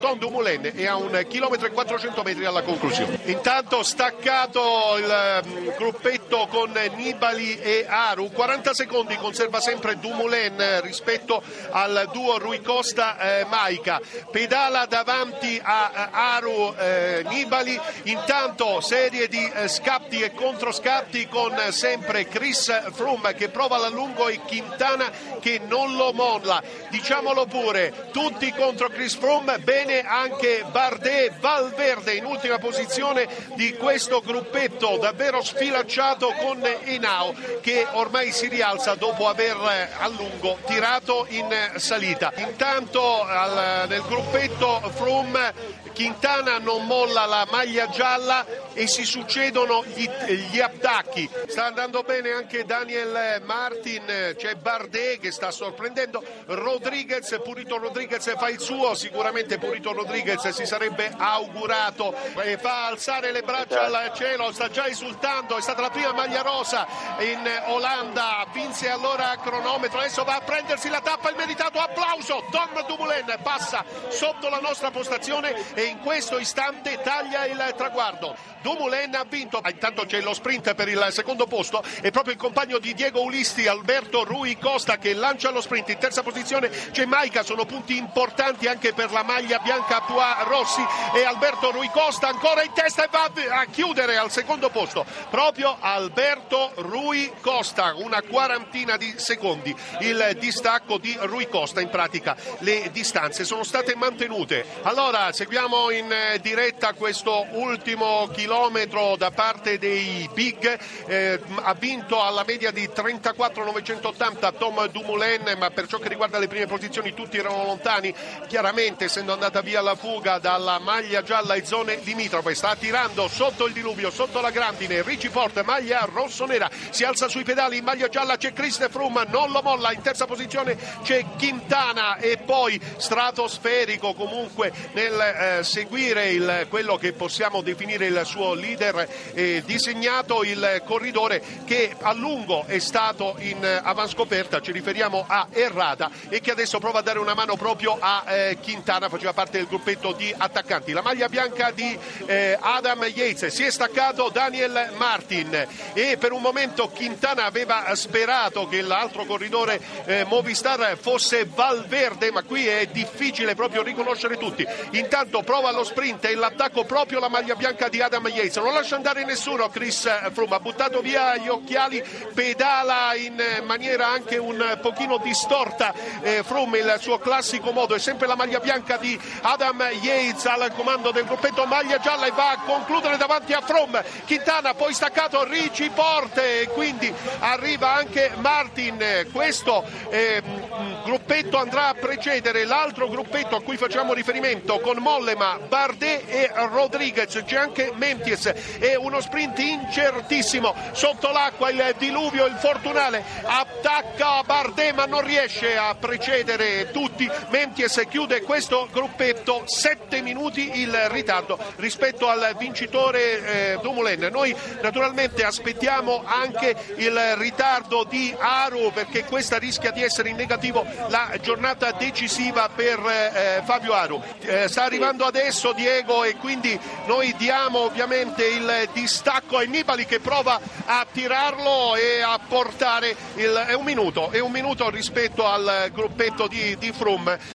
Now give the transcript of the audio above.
Tom Dumoulin è a 1 chilometro e 400 metri alla conclusione. Intanto staccato il gruppetto con Nibali e Aru, 40 secondi conserva sempre Dumoulin rispetto al duo Rui Costa-Majka, pedala davanti a Aru Nibali, intanto serie di scatti e controscatti con sempre Chris Froome che prova l'allungo e Quintana che non lo molla. Diciamolo pure, tutti contro Chris Froome, bene anche Bardet, Valverde in ultima posizione di questo gruppetto davvero sfilacciato con Henao che ormai si rialza dopo aver a lungo tirato in salita. Intanto nel gruppetto Froome, Quintana non molla la maglia gialla e si succedono gli attacchi. Sta andando bene anche Daniel Martin, c'è Bardet che sta sorprendendo, Purito Rodriguez fa il suo, sicuramente Purito Rodriguez si sarebbe augurato, fa alzare le braccia al cielo, sta già esultando, è stata la prima maglia rosa in Olanda, vinse allora a cronometro, adesso va a prendersi la tappa, il meritato applauso, Tom Dumoulin passa sotto la nostra postazione e in questo istante taglia il traguardo. Dumoulin ha vinto, intanto c'è lo sprint per il secondo posto e proprio il compagno di Diego Ulisti, Alberto Rui Costa, che lancia lo sprint. In terza posizione c'è Majka, sono punti importanti anche per la maglia bianca Pois Rossi, e Alberto Rui Costa ancora in testa e va a chiudere al secondo posto proprio Alberto Rui Costa, una quarantina di secondi il distacco di Rui Costa. In pratica le distanze sono state mantenute. Allora seguiamo in diretta questo ultimo chilometro da parte dei big, ha vinto alla media di 34,980 Tom Dumoulin, ma per ciò che riguarda le prime posizioni tutti erano lontani, chiaramente essendo andata via la fuga dalla maglia gialla e zone limitrofe. Sta tirando sotto il diluvio, sotto la grandine Richie Porte, maglia rossonera, si alza sui pedali in maglia gialla, c'è Chris Froome, non lo molla, in terza posizione c'è Quintana e poi stratosferico comunque nel seguire quello che possiamo definire il suo leader disegnato, il corridore che a lungo è stato in avanscoperta, ci riferiamo a Herrada, e che adesso prova a dare una mano proprio a Quintana, faceva parte del gruppetto di attaccanti. La maglia bianca di Adam Yates, si è staccato Daniel Martin e per un momento Quintana aveva sperato che l'altro corridore Movistar fosse Valverde, ma qui è difficile proprio riconoscere tutti. Intanto prova lo sprint e l'attacco proprio la maglia bianca di Adam Yates, non lascia andare nessuno Chris Froome, ha buttato via gli occhiali, pedala in maniera anche un pochino distorta Froome, il suo classico modo, è sempre la maglia bianca di Adam Yates al comando del gruppetto maglia gialla e va a concludere davanti a Froome. Quintana poi staccato Richie Porte e quindi arriva anche Martin. Questo gruppetto andrà a precedere l'altro gruppetto a cui facciamo riferimento con Mollema, Bardet e Rodriguez, c'è anche Meintjes, è uno sprint incertissimo sotto l'acqua, il diluvio infortunale attacca Bardet ma non riesce a precedere tutti. Meintjes chiude questo gruppetto, 7 minuti il ritardo rispetto al vincitore Dumoulin. Noi naturalmente aspettiamo anche il ritardo di Aru perché questa rischia di essere in negativo la giornata decisiva per Fabio Aru. Sta arrivando adesso Diego e quindi noi diamo ovviamente il distacco a Nibali che prova a tirarlo e a portare è un minuto rispetto al gruppetto di Froome.